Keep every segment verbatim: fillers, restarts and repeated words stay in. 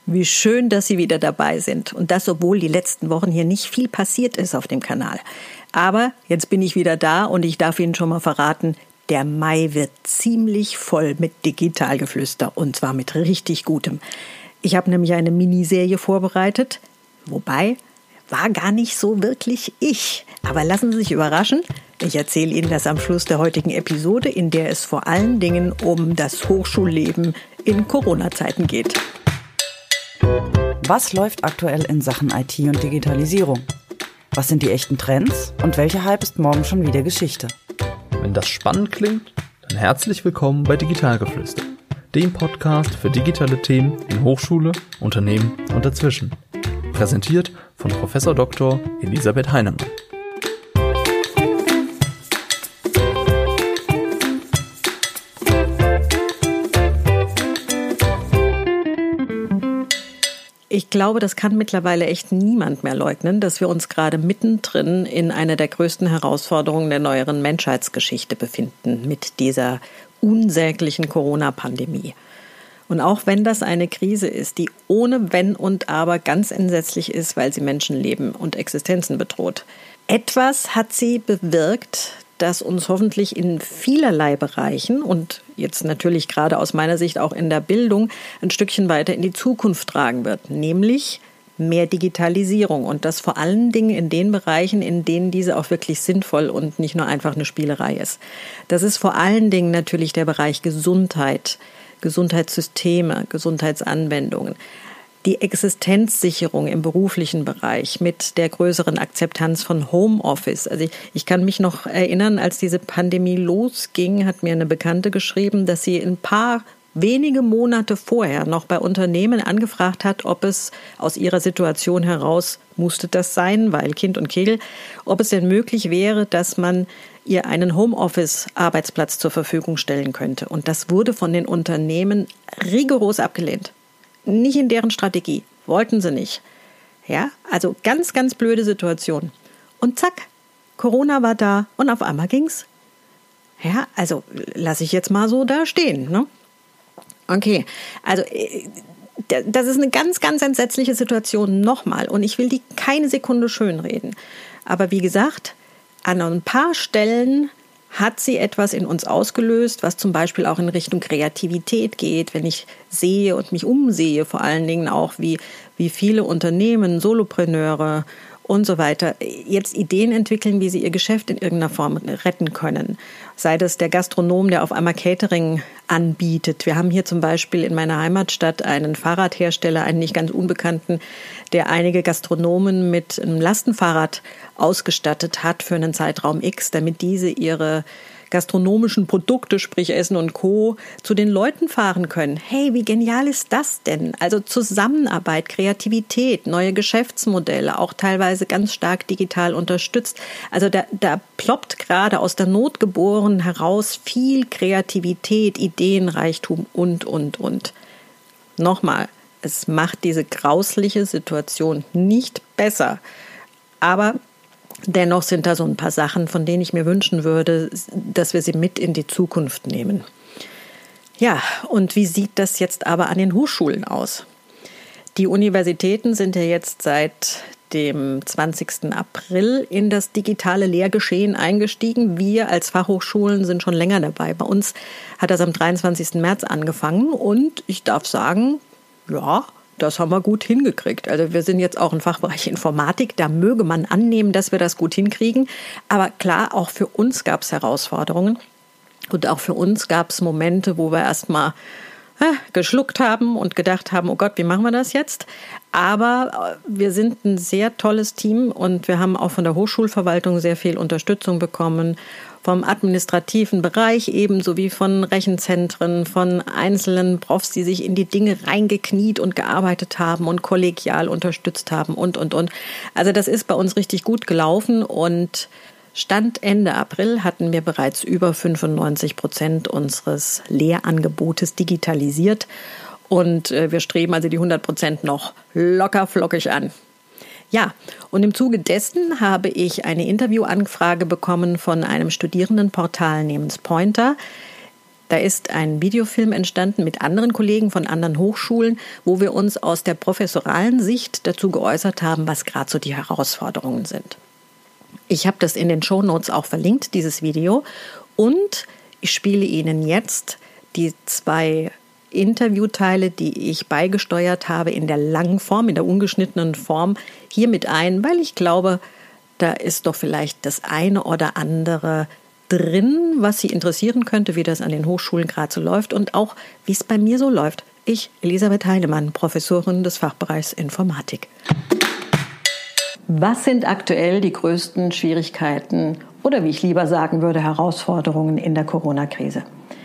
Wie schön, dass Sie wieder dabei sind. Und das, obwohl die letzten Wochen hier nicht viel passiert ist auf dem Kanal. Aber jetzt bin ich wieder da und ich darf Ihnen schon mal verraten, der Mai wird ziemlich voll mit Digitalgeflüster und zwar mit richtig Gutem. Ich habe nämlich eine Miniserie vorbereitet, wobei war gar nicht so wirklich ich. Aber lassen Sie sich überraschen, ich erzähle Ihnen das am Schluss der heutigen Episode, in der es vor allen Dingen um das Hochschulleben in Corona-Zeiten geht. Was läuft aktuell in Sachen I T und Digitalisierung? Was sind die echten Trends und welcher Hype ist morgen schon wieder Geschichte? Wenn das spannend klingt, dann herzlich willkommen bei Digitalgeflüster, dem Podcast für digitale Themen in Hochschule, Unternehmen und dazwischen. Präsentiert von Professor Doktor Elisabeth Heinemann. Ich glaube, das kann mittlerweile echt niemand mehr leugnen, dass wir uns gerade mittendrin in einer der größten Herausforderungen der neueren Menschheitsgeschichte befinden, mit dieser unsäglichen Corona-Pandemie. Und auch wenn das eine Krise ist, die ohne Wenn und Aber ganz entsetzlich ist, weil sie Menschenleben und Existenzen bedroht. Etwas hat sie bewirkt, das uns hoffentlich in vielerlei Bereichen und jetzt natürlich gerade aus meiner Sicht auch in der Bildung ein Stückchen weiter in die Zukunft tragen wird, nämlich mehr Digitalisierung und das vor allen Dingen in den Bereichen, in denen diese auch wirklich sinnvoll und nicht nur einfach eine Spielerei ist. Das ist vor allen Dingen natürlich der Bereich Gesundheit, Gesundheitssysteme, Gesundheitsanwendungen. Die Existenzsicherung im beruflichen Bereich mit der größeren Akzeptanz von Homeoffice. Also ich, ich kann mich noch erinnern, als diese Pandemie losging, hat mir eine Bekannte geschrieben, dass sie ein paar wenige Monate vorher noch bei Unternehmen angefragt hat, ob es aus ihrer Situation heraus, musste das sein, weil Kind und Kegel, ob es denn möglich wäre, dass man ihr einen Homeoffice-Arbeitsplatz zur Verfügung stellen könnte. Und das wurde von den Unternehmen rigoros abgelehnt. Nicht in deren Strategie. Wollten sie nicht. Ja, also ganz, ganz blöde Situation. Und zack, Corona war da und auf einmal ging's. Ja, also lasse ich jetzt mal so da stehen, ne? Okay, also das ist eine ganz, ganz entsetzliche Situation nochmal. Und ich will die keine Sekunde schönreden. Aber wie gesagt, an ein paar Stellen hat sie etwas in uns ausgelöst, was zum Beispiel auch in Richtung Kreativität geht, wenn ich sehe und mich umsehe, vor allen Dingen auch, wie, wie viele Unternehmen, Solopreneure und so weiter jetzt Ideen entwickeln, wie sie ihr Geschäft in irgendeiner Form retten können. Sei das der Gastronom, der auf einmal Catering anbietet. Wir haben hier zum Beispiel in meiner Heimatstadt einen Fahrradhersteller, einen nicht ganz unbekannten, der einige Gastronomen mit einem Lastenfahrrad ausgestattet hat für einen Zeitraum X, damit diese ihre gastronomischen Produkte, sprich Essen und Co., zu den Leuten fahren können. Hey, wie genial ist das denn? Also Zusammenarbeit, Kreativität, neue Geschäftsmodelle, auch teilweise ganz stark digital unterstützt. Also da, da ploppt gerade aus der Not geboren heraus viel Kreativität, Ideenreichtum und, und, und. Nochmal, es macht diese grausliche Situation nicht besser. Aber dennoch sind da so ein paar Sachen, von denen ich mir wünschen würde, dass wir sie mit in die Zukunft nehmen. Ja, und wie sieht das jetzt aber an den Hochschulen aus? Die Universitäten sind ja jetzt seit dem zwanzigsten April in das digitale Lehrgeschehen eingestiegen. Wir als Fachhochschulen sind schon länger dabei. Bei uns hat das am dreiundzwanzigsten März angefangen und ich darf sagen, ja, das haben wir gut hingekriegt. Also wir sind jetzt auch im Fachbereich Informatik. Da möge man annehmen, dass wir das gut hinkriegen. Aber klar, auch für uns gab es Herausforderungen. Und auch für uns gab es Momente, wo wir erstmal äh, geschluckt haben und gedacht haben, oh Gott, wie machen wir das jetzt? Aber wir sind ein sehr tolles Team und wir haben auch von der Hochschulverwaltung sehr viel Unterstützung bekommen. Vom administrativen Bereich ebenso wie von Rechenzentren, von einzelnen Profs, die sich in die Dinge reingekniet und gearbeitet haben und kollegial unterstützt haben und, und, und. Also das ist bei uns richtig gut gelaufen und Stand Ende April hatten wir bereits über fünfundneunzig Prozent unseres Lehrangebotes digitalisiert und wir streben also die hundert Prozent noch locker flockig an. Ja, und im Zuge dessen habe ich eine Interviewanfrage bekommen von einem Studierendenportal namens Pointer. Da ist ein Videofilm entstanden mit anderen Kollegen von anderen Hochschulen, wo wir uns aus der professoralen Sicht dazu geäußert haben, was gerade so die Herausforderungen sind. Ich habe das in den Shownotes auch verlinkt, dieses Video. Und ich spiele Ihnen jetzt die zwei Interviewteile, die ich beigesteuert habe, in der langen Form, in der ungeschnittenen Form, hier mit ein, weil ich glaube, da ist doch vielleicht das eine oder andere drin, was Sie interessieren könnte, wie das an den Hochschulen gerade so läuft und auch, wie es bei mir so läuft. Ich, Elisabeth Heinemann, Professorin des Fachbereichs Informatik. Was sind aktuell die größten Schwierigkeiten oder wie ich lieber sagen würde, Herausforderungen in der Corona-Krise?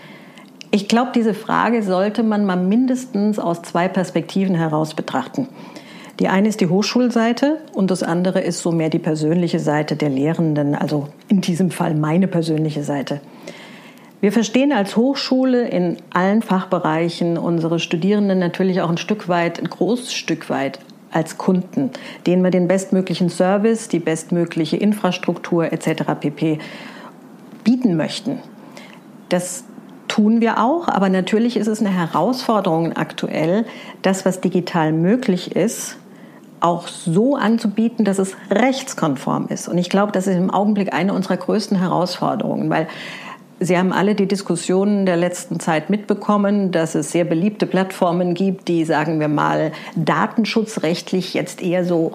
Ich glaube, diese Frage sollte man mal mindestens aus zwei Perspektiven heraus betrachten. Die eine ist die Hochschulseite und das andere ist so mehr die persönliche Seite der Lehrenden, also in diesem Fall meine persönliche Seite. Wir verstehen als Hochschule in allen Fachbereichen unsere Studierenden natürlich auch ein Stück weit, ein großes Stück weit als Kunden, denen wir den bestmöglichen Service, die bestmögliche Infrastruktur et cetera pp. Bieten möchten. Das tun wir auch, aber natürlich ist es eine Herausforderung aktuell, das, was digital möglich ist, auch so anzubieten, dass es rechtskonform ist. Und ich glaube, das ist im Augenblick eine unserer größten Herausforderungen, weil Sie haben alle die Diskussionen der letzten Zeit mitbekommen, dass es sehr beliebte Plattformen gibt, die, sagen wir mal, datenschutzrechtlich jetzt eher so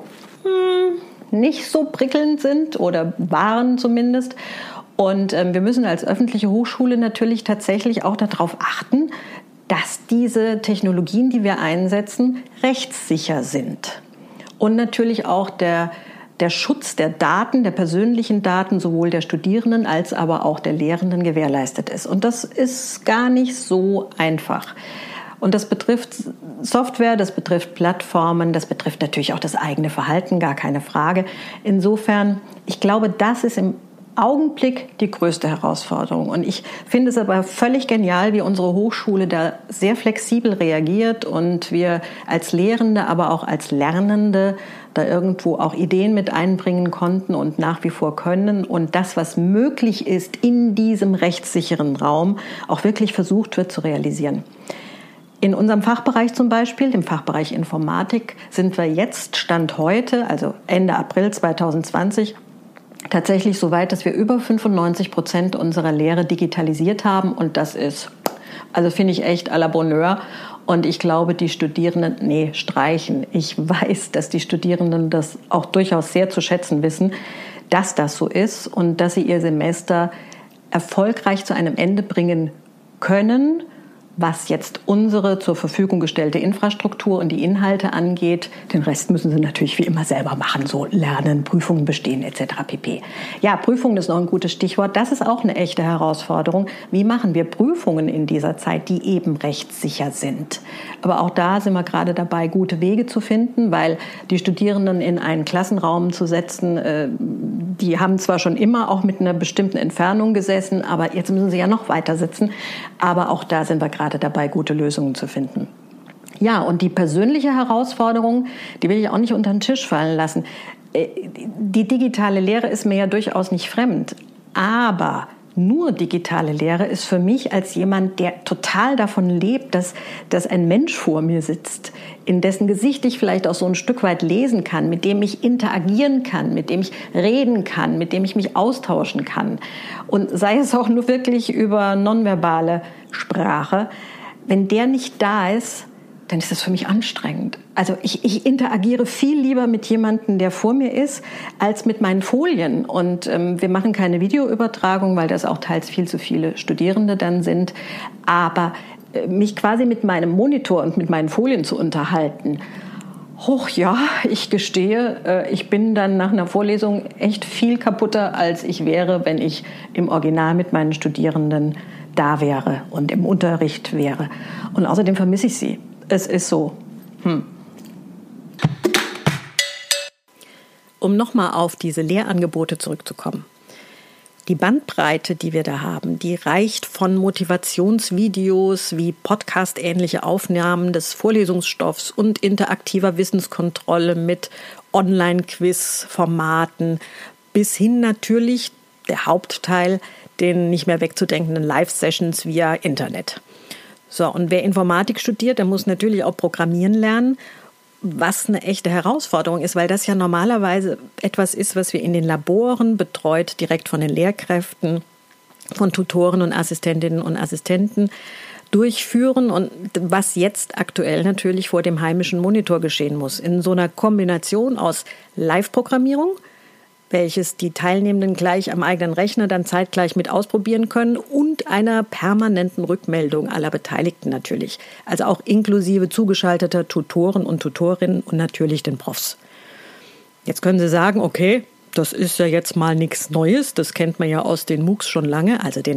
hm, nicht so prickelnd sind oder waren zumindest. Und äh, wir müssen als öffentliche Hochschule natürlich tatsächlich auch darauf achten, dass diese Technologien, die wir einsetzen, rechtssicher sind. Und natürlich auch der, der Schutz der Daten, der persönlichen Daten, sowohl der Studierenden als aber auch der Lehrenden gewährleistet ist. Und das ist gar nicht so einfach. Und das betrifft Software, das betrifft Plattformen, das betrifft natürlich auch das eigene Verhalten, gar keine Frage. Insofern, ich glaube, das ist im Augenblick die größte Herausforderung. Und ich finde es aber völlig genial, wie unsere Hochschule da sehr flexibel reagiert und wir als Lehrende, aber auch als Lernende da irgendwo auch Ideen mit einbringen konnten und nach wie vor können und das, was möglich ist in diesem rechtssicheren Raum, auch wirklich versucht wird zu realisieren. In unserem Fachbereich zum Beispiel, dem Fachbereich Informatik, sind wir jetzt, Stand heute, also Ende April zwanzig zwanzig, tatsächlich so weit, dass wir über fünfundneunzig Prozent unserer Lehre digitalisiert haben. Und das ist, also finde ich echt à la Bonheur. Und ich glaube, die Studierenden, nee, streichen. Ich weiß, dass die Studierenden das auch durchaus sehr zu schätzen wissen, dass das so ist und dass sie ihr Semester erfolgreich zu einem Ende bringen können, was jetzt unsere zur Verfügung gestellte Infrastruktur und die Inhalte angeht. Den Rest müssen sie natürlich wie immer selber machen, so lernen, Prüfungen bestehen et cetera pp. Ja, Prüfungen ist noch ein gutes Stichwort. Das ist auch eine echte Herausforderung. Wie machen wir Prüfungen in dieser Zeit, die eben rechtssicher sind? Aber auch da sind wir gerade dabei, gute Wege zu finden, weil die Studierenden in einen Klassenraum zu setzen, die haben zwar schon immer auch mit einer bestimmten Entfernung gesessen, aber jetzt müssen sie ja noch weiter sitzen. Aber auch da sind wir gerade gerade dabei, gute Lösungen zu finden. Ja, und die persönliche Herausforderung, die will ich auch nicht unter den Tisch fallen lassen. Die digitale Lehre ist mir ja durchaus nicht fremd, aber nur digitale Lehre ist für mich als jemand, der total davon lebt, dass, dass ein Mensch vor mir sitzt, in dessen Gesicht ich vielleicht auch so ein Stück weit lesen kann, mit dem ich interagieren kann, mit dem ich reden kann, mit dem ich mich austauschen kann. Und sei es auch nur wirklich über nonverbale Sprache. Wenn der nicht da ist, dann ist das für mich anstrengend. Also ich, ich interagiere viel lieber mit jemandem, der vor mir ist, als mit meinen Folien. Und ähm, wir machen keine Videoübertragung, weil das auch teils viel zu viele Studierende dann sind. Aber äh, mich quasi mit meinem Monitor und mit meinen Folien zu unterhalten, hoch ja, ich gestehe, äh, ich bin dann nach einer Vorlesung echt viel kaputter, als ich wäre, wenn ich im Original mit meinen Studierenden da wäre und im Unterricht wäre. Und außerdem vermisse ich sie. Es ist so. Hm. Um nochmal auf diese Lehrangebote zurückzukommen. Die Bandbreite, die wir da haben, die reicht von Motivationsvideos wie Podcast-ähnliche Aufnahmen des Vorlesungsstoffs und interaktiver Wissenskontrolle mit Online-Quiz-Formaten bis hin natürlich, der Hauptteil, den nicht mehr wegzudenkenden Live-Sessions via Internet. So, und wer Informatik studiert, der muss natürlich auch Programmieren lernen, was eine echte Herausforderung ist, weil das ja normalerweise etwas ist, was wir in den Laboren betreut, direkt von den Lehrkräften, von Tutoren und Assistentinnen und Assistenten durchführen und was jetzt aktuell natürlich vor dem heimischen Monitor geschehen muss. In so einer Kombination aus Live-Programmierung, welches die Teilnehmenden gleich am eigenen Rechner dann zeitgleich mit ausprobieren können und einer permanenten Rückmeldung aller Beteiligten natürlich. Also auch inklusive zugeschalteter Tutoren und Tutorinnen und natürlich den Profs. Jetzt können Sie sagen, okay, das ist ja jetzt mal nichts Neues, das kennt man ja aus den MOOCs schon lange, also den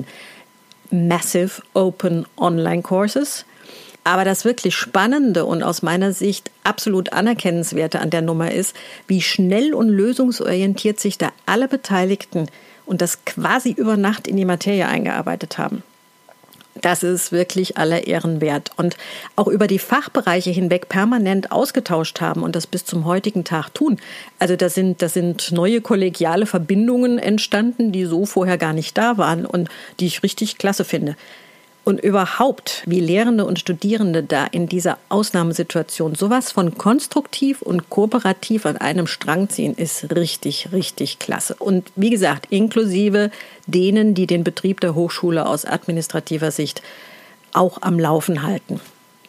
Massive Open Online Courses. Aber das wirklich Spannende und aus meiner Sicht absolut Anerkennenswerte an der Nummer ist, wie schnell und lösungsorientiert sich da alle Beteiligten und das quasi über Nacht in die Materie eingearbeitet haben. Das ist wirklich aller Ehren wert. Und auch über die Fachbereiche hinweg permanent ausgetauscht haben und das bis zum heutigen Tag tun. Also da sind, da sind neue kollegiale Verbindungen entstanden, die so vorher gar nicht da waren und die ich richtig klasse finde. Und überhaupt, wie Lehrende und Studierende da in dieser Ausnahmesituation sowas von konstruktiv und kooperativ an einem Strang ziehen, ist richtig, richtig klasse. Und wie gesagt, inklusive denen, die den Betrieb der Hochschule aus administrativer Sicht auch am Laufen halten.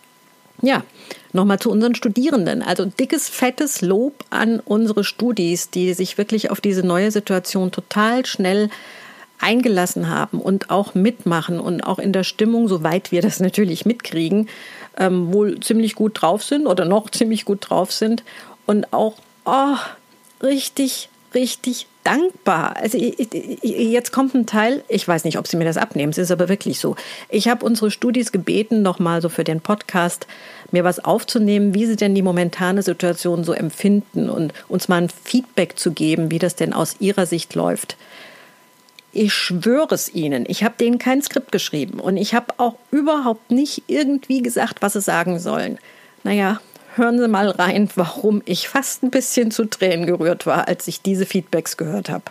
Ja, nochmal zu unseren Studierenden. Also dickes, fettes Lob an unsere Studis, die sich wirklich auf diese neue Situation total schnell eingelassen haben und auch mitmachen und auch in der Stimmung, soweit wir das natürlich mitkriegen, ähm, wohl ziemlich gut drauf sind oder noch ziemlich gut drauf sind und auch oh, richtig, richtig dankbar. Also jetzt kommt ein Teil, ich weiß nicht, ob Sie mir das abnehmen, es ist aber wirklich so. Ich habe unsere Studis gebeten, nochmal so für den Podcast mir was aufzunehmen, wie sie denn die momentane Situation so empfinden und uns mal ein Feedback zu geben, wie das denn aus ihrer Sicht läuft. Ich schwöre es Ihnen, ich habe denen kein Skript geschrieben und ich habe auch überhaupt nicht irgendwie gesagt, was sie sagen sollen. Naja, hören Sie mal rein, warum ich fast ein bisschen zu Tränen gerührt war, als ich diese Feedbacks gehört habe.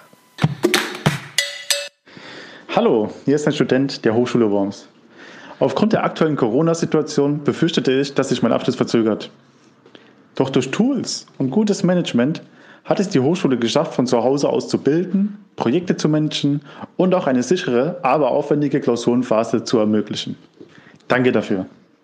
Hallo, hier ist ein Student der Hochschule Worms. Aufgrund der aktuellen Corona-Situation befürchtete ich, dass sich mein Abschluss verzögert. Doch durch Tools und gutes Management hat es die Hochschule geschafft, von zu Hause aus zu bilden, Projekte zu managen und auch eine sichere, aber aufwendige Klausurenphase zu ermöglichen. Danke dafür.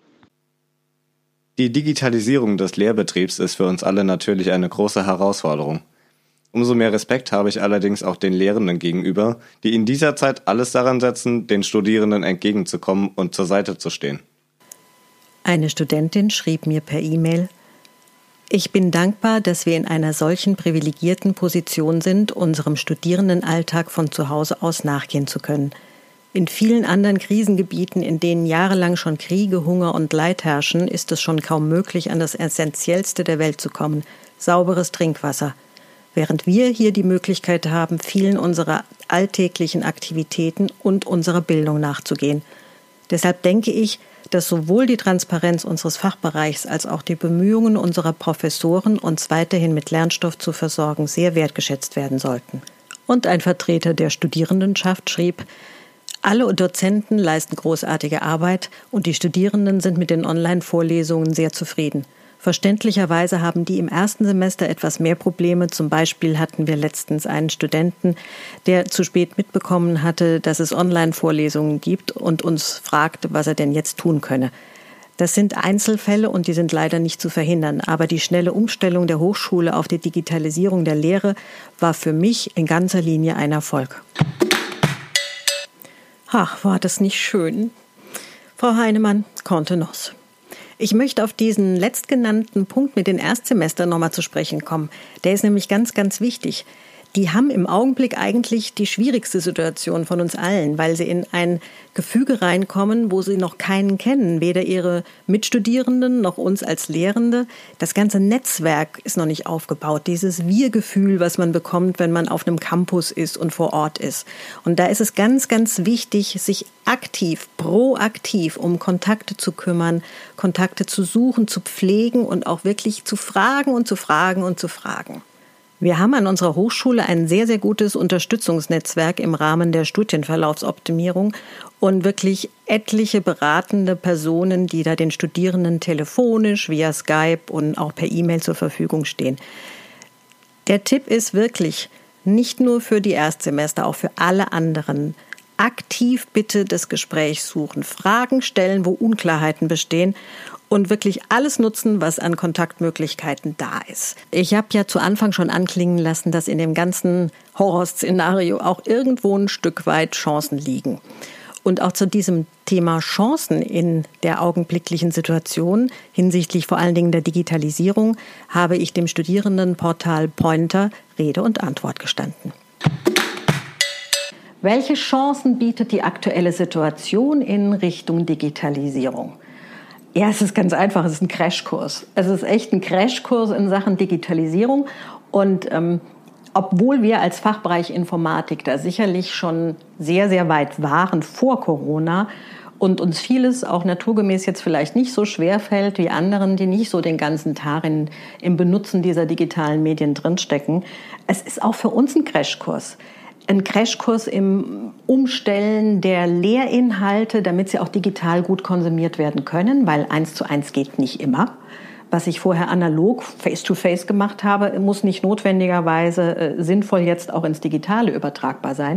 Die Digitalisierung des Lehrbetriebs ist für uns alle natürlich eine große Herausforderung. Umso mehr Respekt habe ich allerdings auch den Lehrenden gegenüber, die in dieser Zeit alles daran setzen, den Studierenden entgegenzukommen und zur Seite zu stehen. Eine Studentin schrieb mir per E-Mail: Ich bin dankbar, dass wir in einer solchen privilegierten Position sind, unserem Studierendenalltag von zu Hause aus nachgehen zu können. In vielen anderen Krisengebieten, in denen jahrelang schon Kriege, Hunger und Leid herrschen, ist es schon kaum möglich, an das Essentiellste der Welt zu kommen: sauberes Trinkwasser. Während wir hier die Möglichkeit haben, vielen unserer alltäglichen Aktivitäten und unserer Bildung nachzugehen. Deshalb denke ich, dass sowohl die Transparenz unseres Fachbereichs als auch die Bemühungen unserer Professoren, uns weiterhin mit Lernstoff zu versorgen, sehr wertgeschätzt werden sollten. Und ein Vertreter der Studierendenschaft schrieb: Alle Dozenten leisten großartige Arbeit und die Studierenden sind mit den Online-Vorlesungen sehr zufrieden. Verständlicherweise haben die im ersten Semester etwas mehr Probleme. Zum Beispiel hatten wir letztens einen Studenten, der zu spät mitbekommen hatte, dass es Online-Vorlesungen gibt und uns fragte, was er denn jetzt tun könne. Das sind Einzelfälle und die sind leider nicht zu verhindern. Aber die schnelle Umstellung der Hochschule auf die Digitalisierung der Lehre war für mich in ganzer Linie ein Erfolg. Ach, war das nicht schön. Frau Heinemann, Contenance. Ich möchte auf diesen letztgenannten Punkt mit den Erstsemestern nochmal zu sprechen kommen. Der ist nämlich ganz, ganz wichtig. Die haben im Augenblick eigentlich die schwierigste Situation von uns allen, weil sie in ein Gefüge reinkommen, wo sie noch keinen kennen, weder ihre Mitstudierenden noch uns als Lehrende. Das ganze Netzwerk ist noch nicht aufgebaut, dieses Wir-Gefühl, was man bekommt, wenn man auf einem Campus ist und vor Ort ist. Und da ist es ganz, ganz wichtig, sich aktiv, proaktiv um Kontakte zu kümmern, Kontakte zu suchen, zu pflegen und auch wirklich zu fragen und zu fragen und zu fragen. Wir haben an unserer Hochschule ein sehr, sehr gutes Unterstützungsnetzwerk im Rahmen der Studienverlaufsoptimierung und wirklich etliche beratende Personen, die da den Studierenden telefonisch, via Skype und auch per E-Mail zur Verfügung stehen. Der Tipp ist wirklich, nicht nur für die Erstsemester, auch für alle anderen, aktiv bitte das Gespräch suchen, Fragen stellen, wo Unklarheiten bestehen und wirklich alles nutzen, was an Kontaktmöglichkeiten da ist. Ich habe ja zu Anfang schon anklingen lassen, dass in dem ganzen Horrorszenario auch irgendwo ein Stück weit Chancen liegen. Und auch zu diesem Thema Chancen in der augenblicklichen Situation hinsichtlich vor allen Dingen der Digitalisierung habe ich dem Studierendenportal Pointer Rede und Antwort gestanden. Welche Chancen bietet die aktuelle Situation in Richtung Digitalisierung? Ja, es ist ganz einfach, es ist ein Crashkurs. Es ist echt ein Crashkurs in Sachen Digitalisierung. Und ähm, obwohl wir als Fachbereich Informatik da sicherlich schon sehr, sehr weit waren vor Corona und uns vieles auch naturgemäß jetzt vielleicht nicht so schwer fällt wie anderen, die nicht so den ganzen Tag in, im Benutzen dieser digitalen Medien drinstecken, es ist auch für uns ein Crashkurs. Ein Crashkurs im Umstellen der Lehrinhalte, damit sie auch digital gut konsumiert werden können, weil eins zu eins geht nicht immer. Was ich vorher analog, face-to-face gemacht habe, muss nicht notwendigerweise äh, sinnvoll jetzt auch ins Digitale übertragbar sein.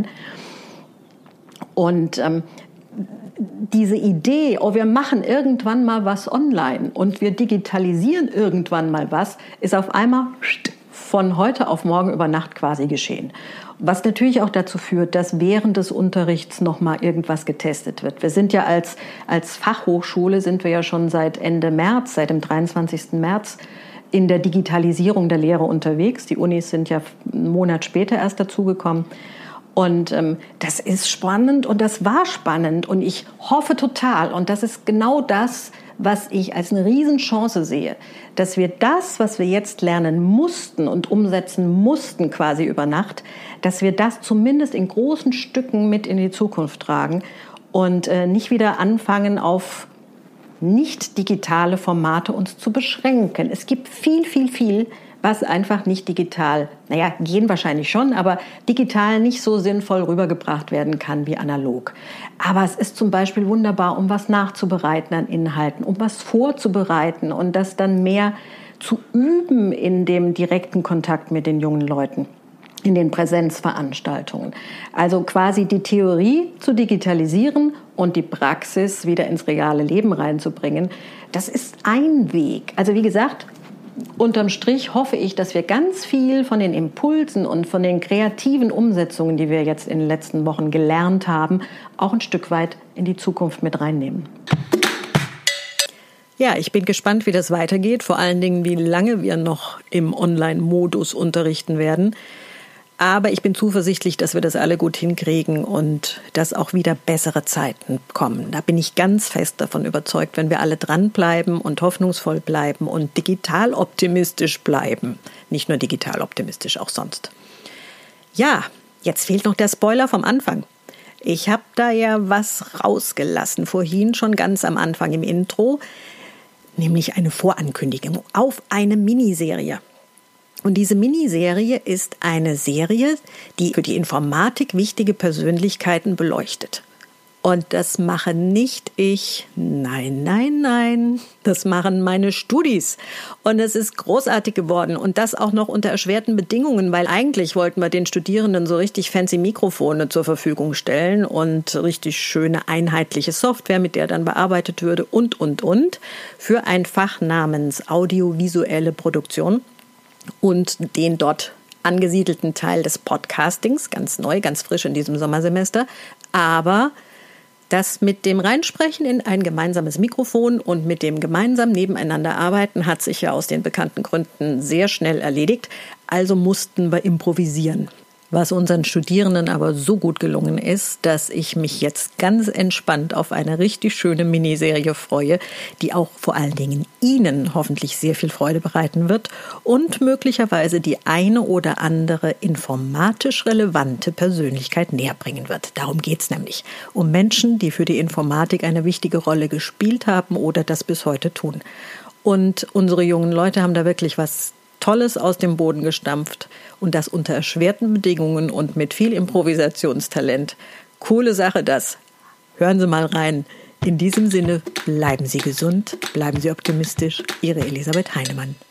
Und ähm, diese Idee, oh, wir machen irgendwann mal was online und wir digitalisieren irgendwann mal was, ist auf einmal von heute auf morgen über Nacht quasi geschehen. Was natürlich auch dazu führt, dass während des Unterrichts noch mal irgendwas getestet wird. Wir sind ja als, als Fachhochschule sind wir ja schon seit Ende März, seit dem dreiundzwanzigsten März in der Digitalisierung der Lehre unterwegs. Die Unis sind ja einen Monat später erst dazugekommen. Und ähm, das ist spannend und das war spannend und ich hoffe total, und das ist genau das, was ich als eine Riesenchance sehe, dass wir das, was wir jetzt lernen mussten und umsetzen mussten quasi über Nacht, dass wir das zumindest in großen Stücken mit in die Zukunft tragen und äh, nicht wieder anfangen, auf nicht digitale Formate uns zu beschränken. Es gibt viel, viel, viel, was einfach nicht digital, naja, gehen wahrscheinlich schon, aber digital nicht so sinnvoll rübergebracht werden kann wie analog. Aber es ist zum Beispiel wunderbar, um was nachzubereiten an Inhalten, um was vorzubereiten und das dann mehr zu üben in dem direkten Kontakt mit den jungen Leuten, in den Präsenzveranstaltungen. Also quasi die Theorie zu digitalisieren und die Praxis wieder ins reale Leben reinzubringen. Das ist ein Weg. Also wie gesagt, unterm Strich hoffe ich, dass wir ganz viel von den Impulsen und von den kreativen Umsetzungen, die wir jetzt in den letzten Wochen gelernt haben, auch ein Stück weit in die Zukunft mit reinnehmen. Ja, ich bin gespannt, wie das weitergeht, vor allen Dingen, wie lange wir noch im Online-Modus unterrichten werden. Aber ich bin zuversichtlich, dass wir das alle gut hinkriegen und dass auch wieder bessere Zeiten kommen. Da bin ich ganz fest davon überzeugt, wenn wir alle dranbleiben und hoffnungsvoll bleiben und digital optimistisch bleiben. Nicht nur digital optimistisch, auch sonst. Ja, jetzt fehlt noch der Spoiler vom Anfang. Ich habe da ja was rausgelassen, vorhin schon ganz am Anfang im Intro, nämlich eine Vorankündigung auf eine Miniserie. Und diese Miniserie ist eine Serie, die für die Informatik wichtige Persönlichkeiten beleuchtet. Und das mache nicht ich, nein, nein, nein, das machen meine Studis. Und es ist großartig geworden und das auch noch unter erschwerten Bedingungen, weil eigentlich wollten wir den Studierenden so richtig fancy Mikrofone zur Verfügung stellen und richtig schöne einheitliche Software, mit der dann bearbeitet würde und, und, und, für ein Fach namens audiovisuelle Produktion. Und den dort angesiedelten Teil des Podcastings, ganz neu, ganz frisch in diesem Sommersemester. Aber das mit dem Reinsprechen in ein gemeinsames Mikrofon und mit dem gemeinsam nebeneinander arbeiten hat sich ja aus den bekannten Gründen sehr schnell erledigt. Also mussten wir improvisieren. Was unseren Studierenden aber so gut gelungen ist, dass ich mich jetzt ganz entspannt auf eine richtig schöne Miniserie freue, die auch vor allen Dingen Ihnen hoffentlich sehr viel Freude bereiten wird und möglicherweise die eine oder andere informatisch relevante Persönlichkeit näher bringen wird. Darum geht's nämlich. Um Menschen, die für die Informatik eine wichtige Rolle gespielt haben oder das bis heute tun. Und unsere jungen Leute haben da wirklich was Tolles aus dem Boden gestampft und das unter erschwerten Bedingungen und mit viel Improvisationstalent. Coole Sache das. Hören Sie mal rein. In diesem Sinne, bleiben Sie gesund, bleiben Sie optimistisch. Ihre Elisabeth Heinemann.